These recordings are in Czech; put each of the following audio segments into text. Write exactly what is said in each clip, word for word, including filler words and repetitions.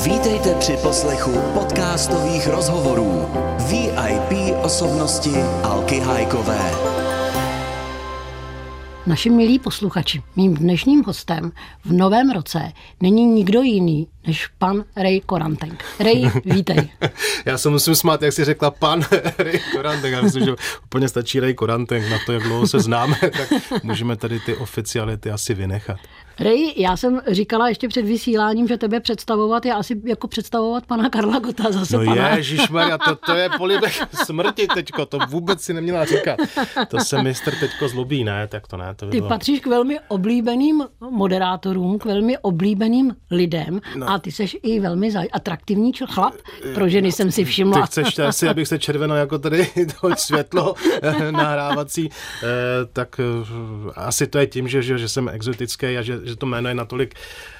Vítejte při poslechu podcastových rozhovorů V I P osobnosti Alky Hájkové. Naši milí posluchači, mým dnešním hostem v novém roce není nikdo jiný než pan Ray Korantek. Ray, vítej. Já se musím smát, jak jsi řekla pan Ray Korantek. Já myslím, že úplně stačí Ray Korantek na to, jak dlouho se známe, tak můžeme tady ty oficiality asi vynechat. Ray, já jsem říkala ještě před vysíláním, že tebe představovat je asi jako představovat pana Karla Gotta zase. No pana. ježišmarja, to, to je polibek smrti teďko, to vůbec si neměla říkat. To se mistr teďko zlobí, ne, tak to ne. To by Ty bylo... patříš k velmi oblíbeným moderátorům, k velmi oblíbeným lidem no. A ty seš i velmi zaj- atraktivní čl- chlap, pro ženy jsem si všimla. Ty chceš asi, abych se červeno jako tady to světlo nahrávací, tak asi to je tím, že, že, že jsem exotický a že, že to jméno je natolik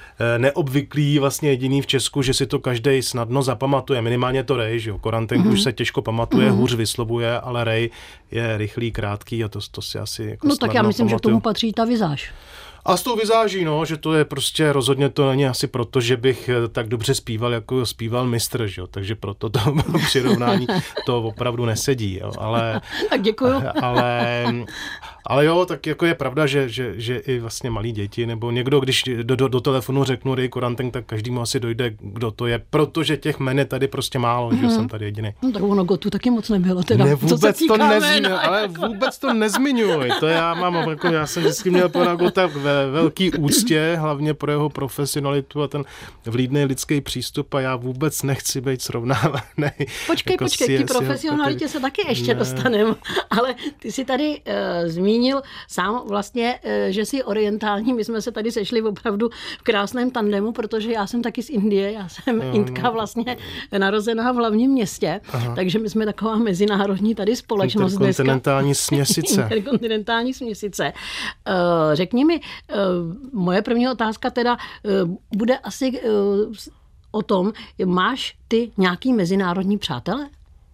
neobvyklý, vlastně jediný v Česku, že si to každej snadno zapamatuje. Minimálně to Ray, že jo. Korantek mm-hmm. už se těžko pamatuje, mm-hmm. hůř vyslovuje, ale Ray je rychlý, krátký a to, to si asi jako No tak já myslím, pamatuju. že k tomu patří ta vizáž. A s tou vizáží, no, že to je prostě rozhodně to není asi proto, že bych tak dobře zpíval, jako zpíval mistr, že jo, takže proto to přirovnání to opravdu nesedí, jo, ale... Tak děkuju. Ale, ale jo, tak jako je pravda, že, že, že i vlastně malí děti, nebo někdo, když do, do, do telefonu řeknu Ray Korantek, tak každému asi dojde, kdo to je, protože těch jmen je tady prostě málo, mm-hmm. že jsem tady jediný. No tak ono Gotu taky moc nebylo, teda. Ne, vůbec co se to nezmiňuji, ale jako... vůbec to nezmiňuj, to já mám, jako já jsem vždycky měl pana Gota ve velký úctě, hlavně pro jeho profesionalitu a ten vlídný lidský přístup a já vůbec nechci být srovnávaný. Počkej, jako počkej, ty profesionalitě se taky ještě dostaneme, ale ty jsi tady uh, zmínil sám vlastně, uh, že jsi orientální, my jsme se tady sešli opravdu v krásném tandemu, protože já jsem taky z Indie, já jsem no, Indka vlastně narozená v hlavním městě, aha. Takže my jsme taková mezinárodní tady společnost dneska. Interkontinentální směsice. Interkontinentální směsice. Uh, řekni mi, uh, moje první otázka teda uh, bude asi uh, o tom, máš ty nějaký mezinárodní přátele?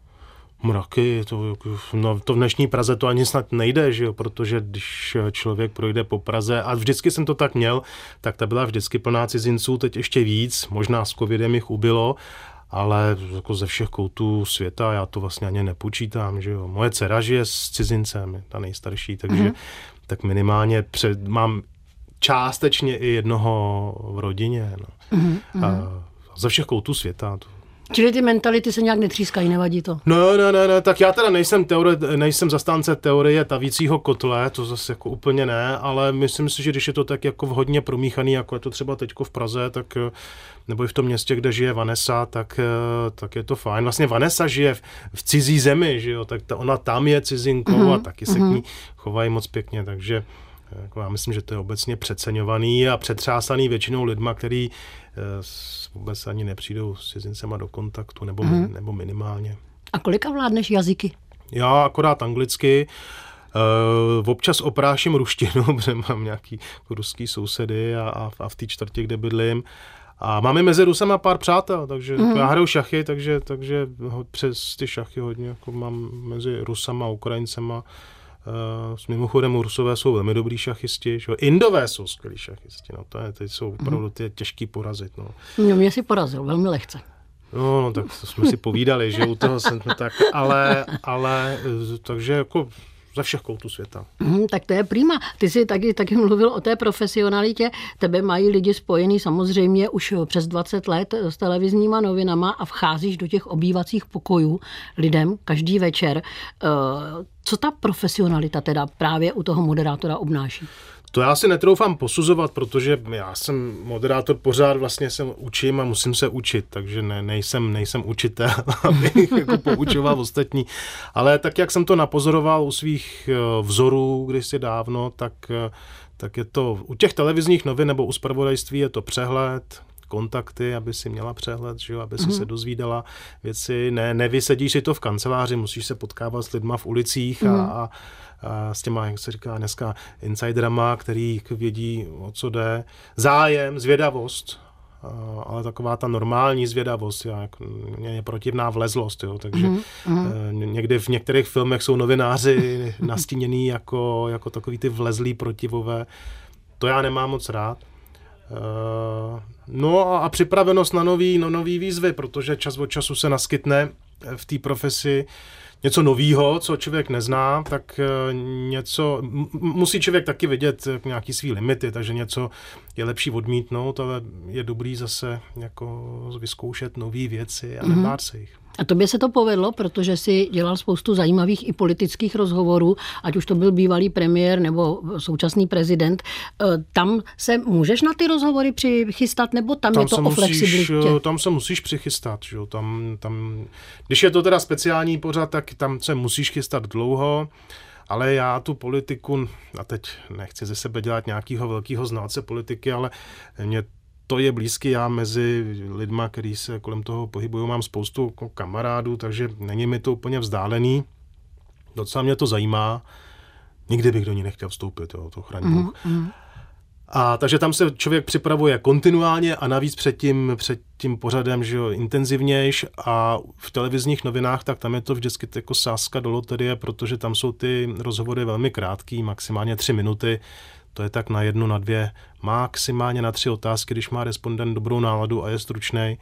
Mraky, to, no, to v dnešní Praze to ani snad nejde, že jo, protože když člověk projde po Praze, a vždycky jsem to tak měl, tak ta byla vždycky plná cizinců, teď ještě víc, možná s covidem jich ubylo, ale jako ze všech koutů světa já to vlastně ani nepočítám, že jo. Moje dcera žije s cizincem, ta nejstarší, takže mm-hmm. tak minimálně před, mám částečně i jednoho v rodině, no. Mm-hmm. A ze všech koutů světa. To... Čili ty mentality se nějak netřískají, nevadí to? No, ne, ne, ne, tak já teda nejsem, teori, nejsem zastánce teorie tavícího kotle, to zase jako úplně ne, ale myslím si, že když je to tak jako hodně promíchaný, jako je to třeba teďko v Praze, tak nebo i v tom městě, kde žije Vanessa, tak, tak je to fajn. Vlastně Vanessa žije v, v cizí zemi, že jo, tak ta, ona tam je cizinkou mm-hmm. a taky se mm-hmm. k ní chovají moc pěkně, takže jako já myslím, že to je obecně přeceňovaný a přetřásaný většinou lidma, který vůbec ani nepřijdou s cizincema do kontaktu, nebo, mm. nebo minimálně. A kolika vládneš jazyky? Já akorát anglicky, uh, občas opráším ruštinu, protože mám nějaký ruský sousedy a, a, a v té čtvrti, kde bydlím. A máme mezi Rusama pár přátel, takže mm. já hraju šachy, takže, takže přes ty šachy hodně jako mám mezi Rusama a Ukrajincema. Uh, s mimochodem Rusové jsou velmi dobrý šachisti, že? Indové jsou skvělí šachisti, no, to je, ty jsou opravdu ty těžký porazit. No. No, mě si porazil, velmi lehce. No, no tak to jsme si povídali, že u toho jsem tak, ale, ale takže jako ze všech koutů světa. Mm, tak to je prima. Ty jsi taky, taky mluvil o té profesionalitě. Tebe mají lidi spojený samozřejmě už přes dvacet let s televizníma novinama a vcházíš do těch obývacích pokojů lidem každý večer. Co ta profesionalita teda právě u toho moderátora obnáší? To já si netroufám posuzovat, protože já jsem moderátor, pořád vlastně se učím a musím se učit, takže ne, nejsem, nejsem učitel, abych jako poučoval ostatní. Ale tak, jak jsem to napozoroval u svých vzorů kdysi dávno, tak, tak je to u těch televizních novin nebo u zpravodajství je to přehled, kontakty, aby si měla přehled, že jo, aby si mm. se dozvídala věci. Ne, nevysedíš si to v kanceláři, musíš se potkávat s lidma v ulicích mm. a, a, a s těma, jak se říká dneska, insiderama, který vědí, o co jde. Zájem, zvědavost, ale taková ta normální zvědavost, jak, je protivná vlezlost, jo, takže mm. někdy v některých filmech jsou novináři nastíněný jako, jako takový ty vlezlí protivové. To já nemám moc rád. No a připravenost na nový, no, nový výzvy, protože čas od času se naskytne v té profesi něco novýho, co člověk nezná, tak něco, musí člověk taky vidět nějaký svý limity, takže něco je lepší odmítnout, ale je dobrý zase jako vyzkoušet nový věci a mm-hmm. nebát se jich. A tobě se to povedlo, protože jsi dělal spoustu zajímavých i politických rozhovorů, ať už to byl bývalý premiér nebo současný prezident. Tam se můžeš na ty rozhovory přichystat, nebo tam, tam je to o flexibilitě? Tam se musíš přichystat. Že? Tam, tam, když je to teda speciální pořad, tak tam se musíš chystat dlouho, ale já tu politiku, a teď nechci ze sebe dělat nějakého velkého znalce politiky, ale mě to je blízký, já mezi lidma, kteří se kolem toho pohybují, mám spoustu kamarádů, takže není mi to úplně vzdálený. Docela mě to zajímá. Nikdy bych do ní nechtěl vstoupit, jo, to chraň Bůh. Mm, A takže tam se člověk připravuje kontinuálně a navíc před tím, před tím pořadem, že jo, intenzivnějš, a v televizních novinách, tak tam je to vždycky jako sázka do loterie, protože tam jsou ty rozhovory velmi krátký, maximálně tři minuty. To je tak na jednu, na dvě, maximálně na tři otázky, když má respondent dobrou náladu a je stručnej,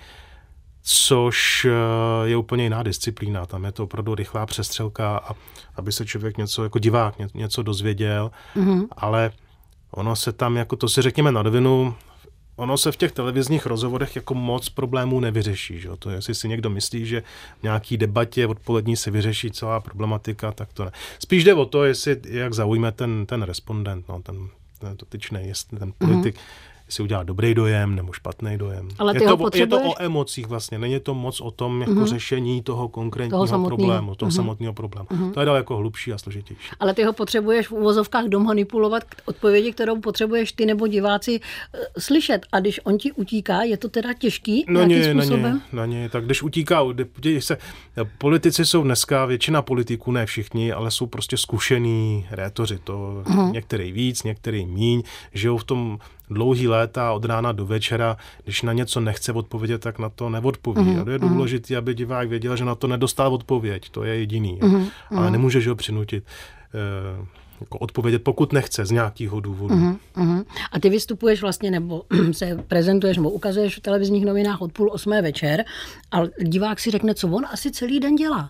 což je úplně jiná disciplína. Tam je to opravdu rychlá přestřelka, a aby se člověk něco jako divák něco dozvěděl, mm-hmm. ale ono se tam, jako to si řekněme na rovinu, ono se v těch televizních rozhovorech jako moc problémů nevyřeší. Že? To jestli si někdo myslí, že v nějaký debatě odpolední se vyřeší celá problematika, tak to ne. Spíš jde o to, jestli, jak zaujme ten, ten respondent, no, ten, ten dotyčný, jestli ten politik, mm-hmm. jestli udělá dobrý dojem nebo špatný dojem. Ale je, to, potřebuješ... je to o emocích vlastně, není to moc o tom jako mm-hmm. řešení toho konkrétního toho problému, toho mm-hmm. samotného problému. Mm-hmm. To je daleko hlubší a složitější. Ale ty ho potřebuješ v uvozovkách domanipulovat k odpovědi, kterou potřebuješ ty nebo diváci slyšet. A když on ti utíká, je to teda těžký no nějakým ně, způsobem? Na ně, na ně. Tak když utíká, když se, politici jsou dneska, většina politiků, ne všichni, ale jsou prostě zkušený rétoři. To mm-hmm. některý víc, některý míň, žijou v tom dlouhý léta od rána do večera, když na něco nechce odpovědět, tak na to neodpoví. Mm-hmm. A to je důležité, aby divák věděl, že na to nedostal odpověď. To je jediný. Mm-hmm. Ale nemůžeš ho přinutit eh, jako odpovědět, pokud nechce z nějakého důvodu. Mm-hmm. A ty vystupuješ vlastně, nebo se prezentuješ, nebo ukazuješ v televizních novinách od půl osmé večer, ale divák si řekne, co on asi celý den dělá.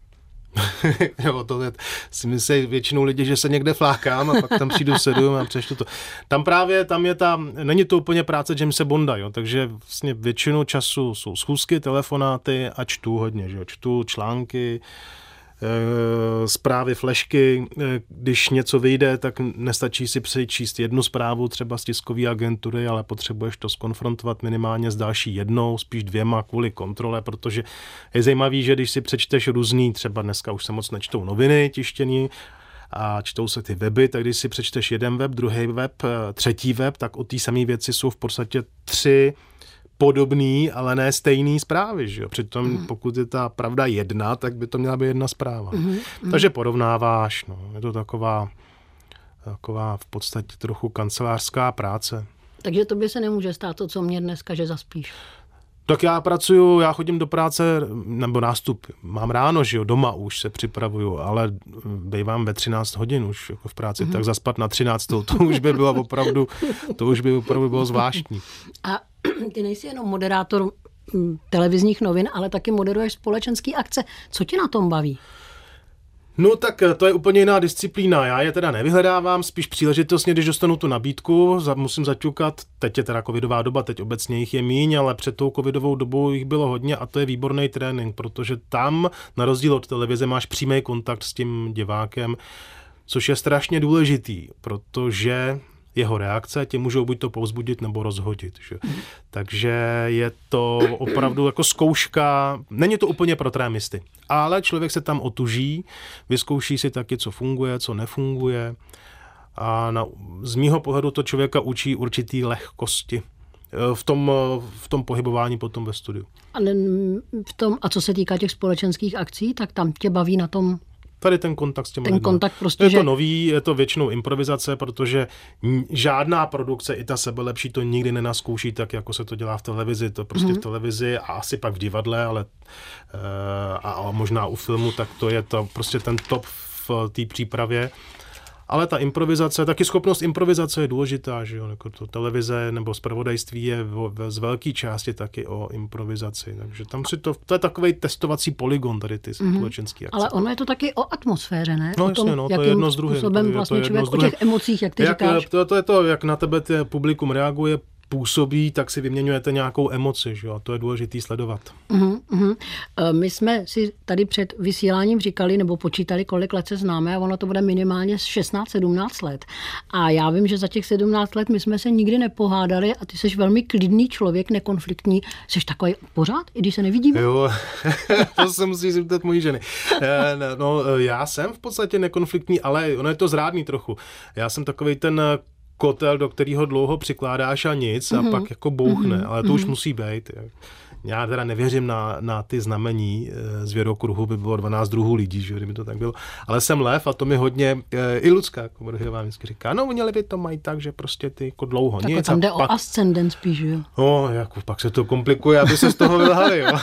Jo, to je, si myslí většinou lidi, že se někde flákám a pak tam přijdu, sedu a přečtu to. Tam právě, tam je ta, není to úplně práce Jamese Bonda, jo, takže vlastně většinu času jsou schůzky, telefonáty a čtu hodně, že jo, čtu články, zprávy, flešky, když něco vyjde, tak nestačí si přečíst jednu zprávu třeba z tiskové agentury, ale potřebuješ to skonfrontovat minimálně s další jednou, spíš dvěma kvůli kontrole, protože je zajímavý, že když si přečteš různý, třeba dneska už se moc nečtou noviny tištěný a čtou se ty weby, tak když si přečteš jeden web, druhý web, třetí web, tak o té samé věci jsou v podstatě tři podobný, ale ne stejný zprávy. Že jo? Přitom mm. pokud je ta pravda jedna, tak by to měla být jedna zpráva. Mm. Takže porovnáváš. No. Je to taková, taková v podstatě trochu kancelářská práce. Takže tobě se nemůže stát to, co mě dneska, že zaspíš. Tak já pracuju, já chodím do práce, nebo nástup mám ráno, že jo, doma už se připravuju, ale bývám ve třináct hodin už jako v práci, mm. tak zaspat na třináctou, to už by bylo opravdu, to už by opravdu bylo zvláštní. A ty nejsi jenom moderátor televizních novin, ale taky moderuješ společenský akce. Co tě na tom baví? No tak to je úplně jiná disciplína. Já je teda nevyhledávám, spíš příležitostně, když dostanu tu nabídku, musím zaťukat. Teď je teda covidová doba, teď obecně jich je míň, ale před tou covidovou dobou jich bylo hodně a to je výborný trénink, protože tam, na rozdíl od televize, máš přímý kontakt s tím divákem, což je strašně důležitý, protože jeho reakce tě můžou buď to povzbudit nebo rozhodit. Že? Mm. Takže je to opravdu jako zkouška, není to úplně pro trémisty, ale člověk se tam otuží, vyzkouší si taky, co funguje, co nefunguje a na, z mýho pohledu to člověka učí určitý lehkosti v tom, v tom pohybování potom ve studiu. A, v tom, a co se týká těch společenských akcí, tak tam tě baví na tom? Tady ten kontakt s těmi ten lidmi. Kontakt prostě, je že... to nový, je to většinou improvizace, protože žádná produkce, i ta sebelepší, to nikdy nenaskouší tak, jako se to dělá v televizi. To prostě mm. v televizi a asi pak v divadle, ale a, a možná u filmu, tak to je to prostě ten top v té přípravě. Ale ta improvizace, taky schopnost improvizace je důležitá, že jo, jako to televize nebo zpravodajství je v, z velké části taky o improvizaci, takže tam si to, to je takovej testovací polygon tady ty mm-hmm. společenský akce. Ale ono je to taky o atmosféře, ne? No o jasně, tom, no, to je jedno z druhým. Způsobem to je, vlastně to je člověk o těch emocích, jak ty jak, říkáš. To, to je to, jak na tebe ty publikum reaguje, působí, tak si vyměňujete nějakou emoci, že jo? A to je důležitý sledovat. Uh-huh, uh-huh. My jsme si tady před vysíláním říkali, nebo počítali, kolik let se známe a ono to bude minimálně šestnáct sedmnáct let. A já vím, že za těch sedmnáct let my jsme se nikdy nepohádali a ty jsi velmi klidný člověk, nekonfliktní. Jsi takový pořád, i když se nevidíme? Jo, to se musí zeptat mojí ženy. No, já jsem v podstatě nekonfliktní, ale ono je to zrádný trochu. Já jsem takovej ten kotel, do kterého dlouho přikládáš a nic a mm-hmm. pak jako bouchne, mm-hmm. ale to mm-hmm. už musí být. Já teda nevěřím na, na ty znamení zvěrokruhu, by bylo dvanáct druhů lidí, že kdyby to tak bylo. Ale jsem lev a to mi hodně, i Lucka Komorhyová vždycky říká, no oni levy to mají tak, že prostě ty jako dlouho tak nic. Tam jde pak, o ascendent spíš, jo? No, jako pak se to komplikuje, aby se z toho vylhali, jo.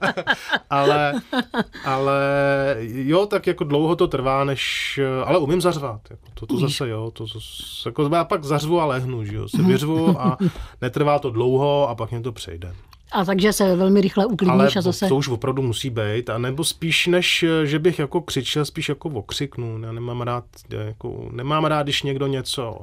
ale, ale jo, tak jako dlouho to trvá, než, ale umím zařvat. Jako to, to zase, jo, to zase, jako já pak zařvu a lehnu, že jo, se vyřvu a netrvá to dlouho a pak mě to přejde. A takže se velmi rychle uklidníš ale a zase... to už opravdu musí být, a nebo spíš než, že bych jako křičel, spíš jako okřiknu. Já nemám rád, jako, nemám rád, když někdo něco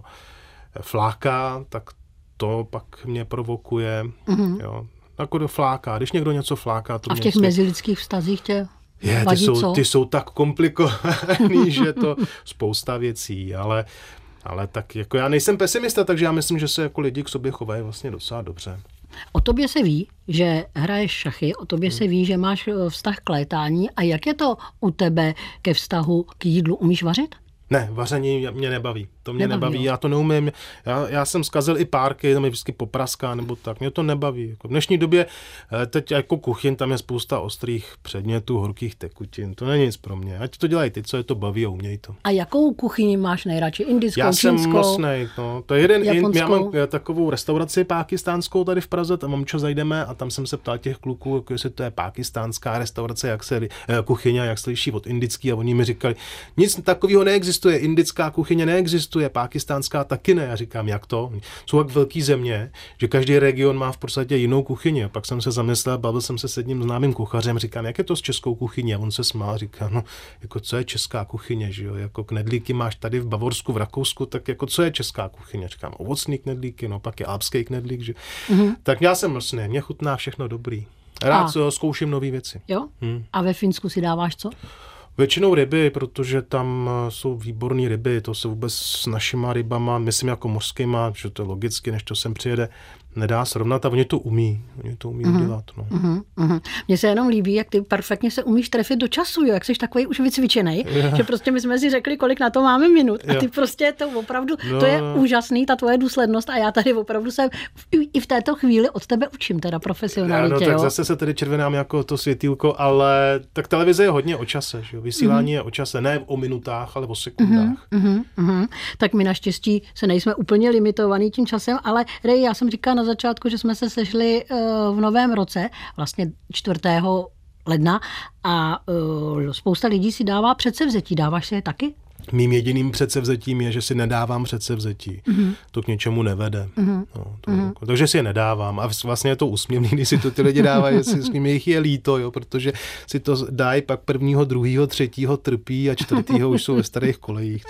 fláká, tak to pak mě provokuje, mm-hmm. jo. Jako do fláká, když někdo něco fláká, to a v těch mě mezilidských vztazích tě je, ty, vadí, jsou, co? ty jsou tak komplikovaný, že to spousta věcí, ale, ale tak jako já nejsem pesimista, takže já myslím, že se jako lidi k sobě chovají vlastně docela dobře. O tobě se ví, že hraješ šachy, o tobě hmm. se ví, že máš vztah k létání. A jak je to u tebe ke vztahu k jídlu? Umíš vařit? Ne, vaření mě nebaví. To mě nebaví, nebaví, já to neumím. Já, já jsem zkazil i párky, tam je vždycky popraská nebo tak. Mě to nebaví. Jako v dnešní době teď jako kuchyň, tam je spousta ostrých předmětů, horkých tekutin. To není nic pro mě. Ať to dělají ty, co je to baví a umějí to. A jakou kuchyni máš nejradši? Indickou, já čínskou? Já jsem mocnej. No. To je jeden japonskou? Já mám takovou restauraci pákistánskou tady v Praze, tam mám čo zajdeme a tam jsem se ptal těch kluků, jako jestli to je pákistánská restaurace, jak se kuchyně, jak se liší od indický, a oni mi říkali, nic takového neexistuje, indická kuchyně neexistuje, pákistánská taky ne. Já říkám, jak to? Jsou tak velký země, že každý region má v podstatě jinou kuchyni. A pak jsem se zamyslel, bavil jsem se s jedním známým kuchařem, říkám, jak je to s českou kuchyní? A on se smál, říká, no, jako co je česká kuchyně, že jo? Jako knedlíky máš tady v Bavorsku, v Rakousku, tak jako co je česká kuchyně? Říkám, ovocný knedlíky, no, pak je alpský knedlík, že? Mm-hmm. Tak já jsem mlsný, mě chutná všechno dobrý. Rád a. zkouším nové věci. Jo? Hmm. A ve Finsku si dáváš co? Většinou ryby, protože tam jsou výborné ryby, to se vůbec s našima rybama, myslím jako mořskýma, že to je logicky, než to sem přijede, nedá srovnat a oni to umí, oni to umí mm-hmm. udělat. No. Mm-hmm. Mm-hmm. Mně se jenom líbí, jak ty perfektně se umíš trefit do času, jo? Jak jsi takový už vycvičenej, yeah. že prostě my jsme si řekli, kolik na to máme minut a ty yeah. prostě to opravdu, no. to je úžasný, ta tvoje důslednost a já tady opravdu se i v této chvíli od tebe učím teda profesionalitě. No, tak jo? zase se tady červenám jako to světýlko, ale tak televize je hodně o čase, že? Vysílání mm-hmm. je o čase, ne o minutách, ale o sekundách. Mm-hmm. Mm-hmm. Tak my naštěstí se nejsme úplně limitovaný tím časem, ale Ray, já jsem říkala na začátku, že jsme se sešli v novém roce, vlastně čtvrtého ledna a spousta lidí si dává předsevzetí. Dáváš si je taky? Mým jediným předsevzetím je, že si nedávám předsevzetí. Mm-hmm. To k něčemu nevede. Mm-hmm. No, to mm-hmm. jako, takže si je nedávám. A vlastně je to úsměvný, když si to ty lidi dávají, jestli s nimi jich je líto, jo, protože si to dají pak prvního, druhýho, třetího trpí a čtvrtýho už jsou ve starých kolejích.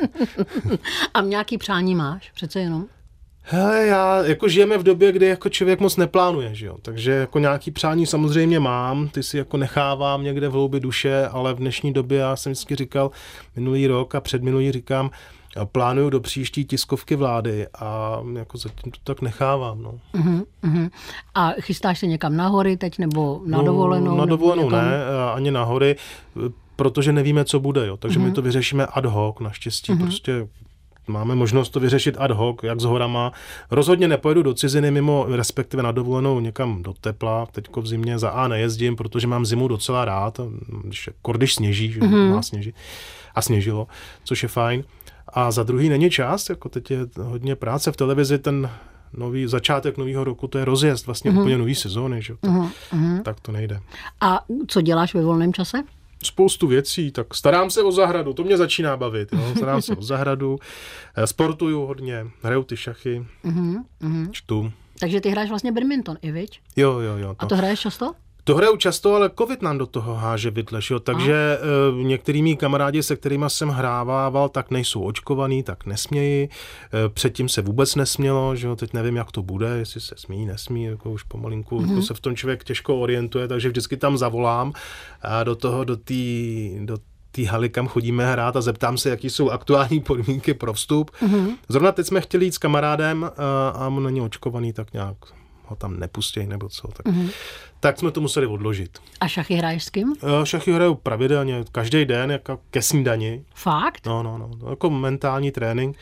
A nějaký přání máš? Přece jenom? Hele, já, jako žijeme v době, kdy jako člověk moc neplánuje, že jo? Takže jako nějaký přání samozřejmě mám, ty si jako nechávám někde v hloubi duše, ale v dnešní době, já jsem vždycky říkal minulý rok a předminulý říkám, plánuju do příští tiskovky vlády a jako zatím to tak nechávám, no. Uh-huh, uh-huh. A chystáš se někam na hory teď nebo na dovolenou? No, na dovolenou ne, ani na hory, protože nevíme, co bude, jo. Takže uh-huh. my to vyřešíme ad hoc, naštěstí, uh-huh. prostě máme možnost to vyřešit ad hoc, jak s horama. Rozhodně nepojedu do ciziny mimo, respektive na dovolenou někam do tepla. Teďko v zimě za A nejezdím, protože mám zimu docela rád, když, když sněží, že mm-hmm. má sněžit. A sněžilo, což je fajn. A za druhý není čas, jako teď je hodně práce v televizi, ten nový začátek nového roku, to je rozjezd vlastně mm-hmm. úplně nový sezóny, že? Tak, mm-hmm. tak to nejde. A co děláš ve volném čase? spoustu věcí, tak starám se o zahradu, to mě začíná bavit, jo? Starám se o zahradu, sportuju hodně, hraju ty šachy, mm-hmm. čtu. Takže ty hraješ vlastně badminton, i viď? Jo, jo, jo. To. A to hraješ často? To hraju často, ale covid nám do toho háže vidleš, jo, takže uh, některý mý kamarádi, se kterými jsem hrával, tak nejsou očkovaný, tak nesmějí. Uh, předtím se vůbec nesmělo, že jo, teď nevím, jak to bude, jestli se smí, nesmí, jako už pomalinku mm-hmm. jako se v tom člověk těžko orientuje, takže vždycky tam zavolám a do toho, do té do té haly, kam chodíme hrát a zeptám se, jaký jsou aktuální podmínky pro vstup. Mm-hmm. Zrovna teď jsme chtěli jít s kamarádem uh, a on není očkovaný, tak nějak ho tam nepustějí nebo co, tak, mm-hmm. tak jsme to museli odložit. A šachy hraješ s kým? Šachy hraju pravidelně, každý den, jako ke snídani. Fakt? No, no, no, jako mentální trénink.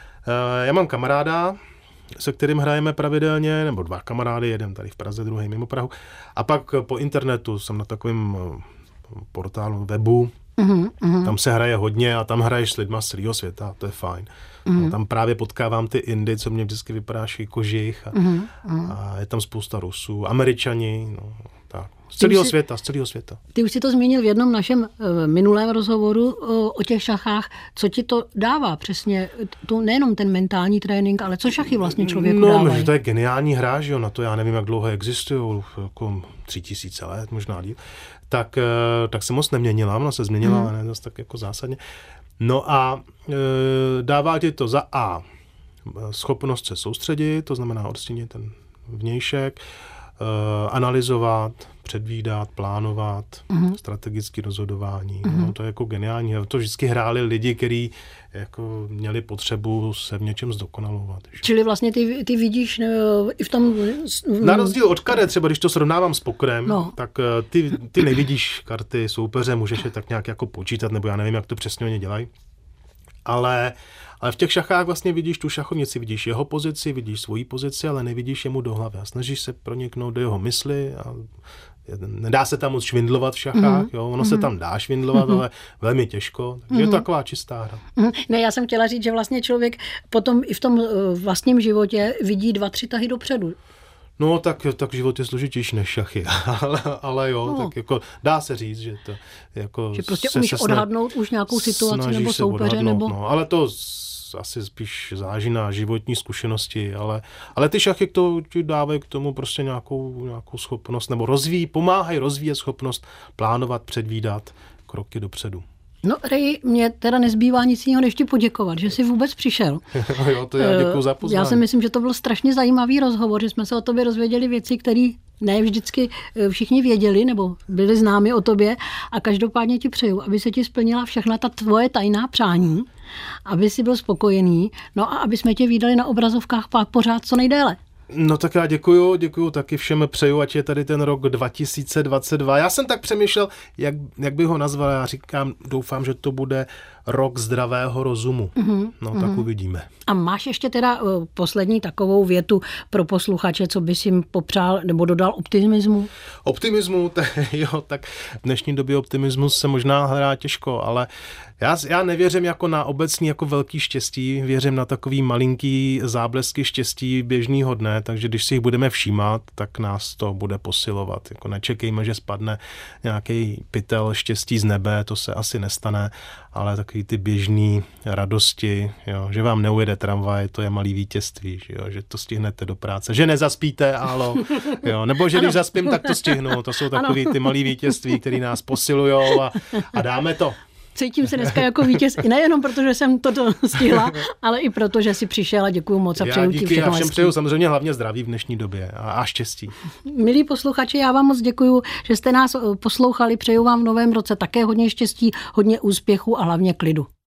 Já mám kamaráda, se kterým hrajeme pravidelně, nebo dva kamarády, jeden tady v Praze, druhý mimo Prahu. A pak po internetu jsem na takovém portálu webu, mm-hmm, mm-hmm. tam se hraje hodně a tam hraješ s lidma z celého světa, to je fajn. Mm-hmm. No, tam právě potkávám ty Indy, co mě vždycky vypráší kožich a, mm-hmm. a je tam spousta Rusů, Američani, no, tak. Z celého světa, z celého světa. Ty už si to zmínil v jednom našem uh, minulém rozhovoru uh, o těch šachách. Co ti to dává přesně? To nejenom ten mentální trénink, ale co šachy vlastně člověku no, dávají? No, to je geniální hra, že jo, na to já nevím, jak dlouho existují, jako tři tisíce let, možná díl. Tak, uh, tak se moc neměnila, ona se změnila, hmm. ale ne zase tak jako zásadně. No a uh, dává ti to za A schopnost se soustředit, to znamená odstínit ten vnějšek, Uh, analyzovat, předvídat, plánovat, uh-huh. strategické rozhodování. Uh-huh. No, to je jako geniální. To vždycky hráli lidi, kteří jako měli potřebu se v něčem zdokonalovat. Čili vlastně ty, ty vidíš uh, i v tom... Uh, Na rozdíl od karet, třeba když to srovnávám s pokrem, no. tak uh, ty, ty nevidíš karty soupeře, můžeš je tak nějak jako počítat, nebo já nevím, jak to přesně oni dělají. Ale Ale v těch šachách vlastně vidíš tu šachovnici, vidíš jeho pozici, vidíš svoji pozici, ale nevidíš jemu do hlavy. A snažíš se proniknout do jeho mysli a nedá se tam moc švindlovat v šachách, mm-hmm. jo, ono mm-hmm. se tam dá švindlovat, mm-hmm. ale velmi těžko. Takže mm-hmm. je to taková čistá hra. Mm-hmm. Ne, já jsem chtěla říct, že vlastně člověk potom i v tom vlastním životě vidí dva, tři tahy dopředu. No, tak, tak život je složitější než šachy, ale, ale jo, no. tak jako dá se říct, že to jako... Že prostě umíš se odhadnout už nějakou situaci nebo soupeře, nebo... No, ale to asi spíš záží na životní zkušenosti, ale, ale ty šachy k tomu, ti dávají k tomu prostě nějakou, nějakou schopnost, nebo rozvíjí, pomáhají rozvíjet schopnost plánovat, předvídat kroky dopředu. No, Ray, mě teda nezbývá nic jiného, než ti poděkovat, že jsi vůbec přišel. Jo, to já děkuju za pozvání. Já si myslím, že to byl strašně zajímavý rozhovor, že jsme se o tobě dozvěděli věci, které ne vždycky všichni věděli, nebo byli známi o tobě, a každopádně ti přeju, aby se ti splnila všechna ta tvoje tajná přání, aby si byl spokojený, no a aby jsme tě vídali na obrazovkách pak pořád co nejdéle. No tak já děkuju, děkuju taky všem, přeju, ať je tady ten rok dva tisíce dvacet dva. Já jsem tak přemýšlel, jak, jak bych ho nazval, já říkám, doufám, že to bude rok zdravého rozumu. Mm-hmm. No tak mm-hmm. uvidíme. A máš ještě teda uh, poslední takovou větu pro posluchače, co bys jim popřál nebo dodal optimismu? Optimismu, t- jo, tak v dnešní době optimismus se možná hledá těžko, ale já, já nevěřím jako na obecný jako velký štěstí, věřím na takový malinký záblesky štěstí běžného dne, takže když si jich budeme všímat, tak nás to bude posilovat. Jako nečekejme, že spadne nějaký pytel štěstí z nebe, to se asi nestane, ale takový ty běžný radosti, jo, že vám neujede tramvaj, to je malý vítězství, že, jo, že to stihnete do práce, že nezaspíte, alo, jo, nebo že když zaspím, tak to stihnu, to jsou takový ty malý vítězství, který nás posilujou a, a dáme to. Cítím se dneska jako vítěz, i nejenom protože jsem to stihla, ale i proto, že jsi přišel, a děkuju moc a přeju ti všechno. Já všem přeju samozřejmě hlavně zdraví v dnešní době a, a štěstí. Milí posluchači, já vám moc děkuju, že jste nás poslouchali, přeju vám v novém roce také hodně štěstí, hodně úspěchů a hlavně klidu.